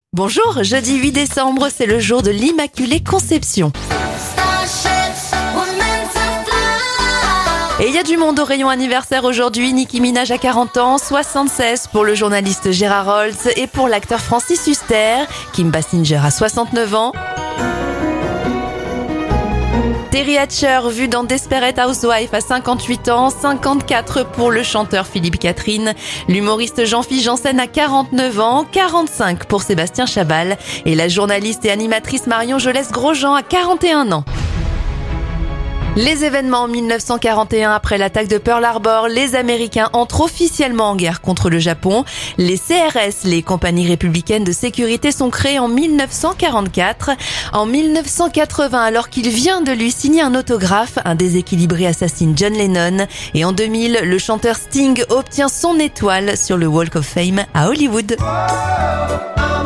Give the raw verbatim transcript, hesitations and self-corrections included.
Bonjour, jeudi huit décembre, c'est le jour de l'Immaculée Conception. Et il y a du monde au rayon anniversaire aujourd'hui. Nicki Minaj a quarante ans, soixante-seize pour le journaliste Gérard Holtz et pour l'acteur Francis Huster. Kim Basinger a soixante-neuf ans. Terry Hatcher, vu dans Desperate Housewives, à cinquante-huit ans, cinquante-quatre pour le chanteur Philippe Catherine. L'humoriste Jean-Philippe Janssen a quarante-neuf ans, quarante-cinq pour Sébastien Chabal. Et la journaliste et animatrice Marion Jolès-Grosjean a quarante et un ans. Les événements en mille neuf cent quarante et un, après l'attaque de Pearl Harbor, les Américains entrent officiellement en guerre contre le Japon. Les C R S, les compagnies républicaines de sécurité, sont créées en mille neuf cent quarante-quatre. En mille neuf cent quatre-vingts, alors qu'il vient de lui signer un autographe, un déséquilibré assassine John Lennon. Et en deux mille, le chanteur Sting obtient son étoile sur le Walk of Fame à Hollywood.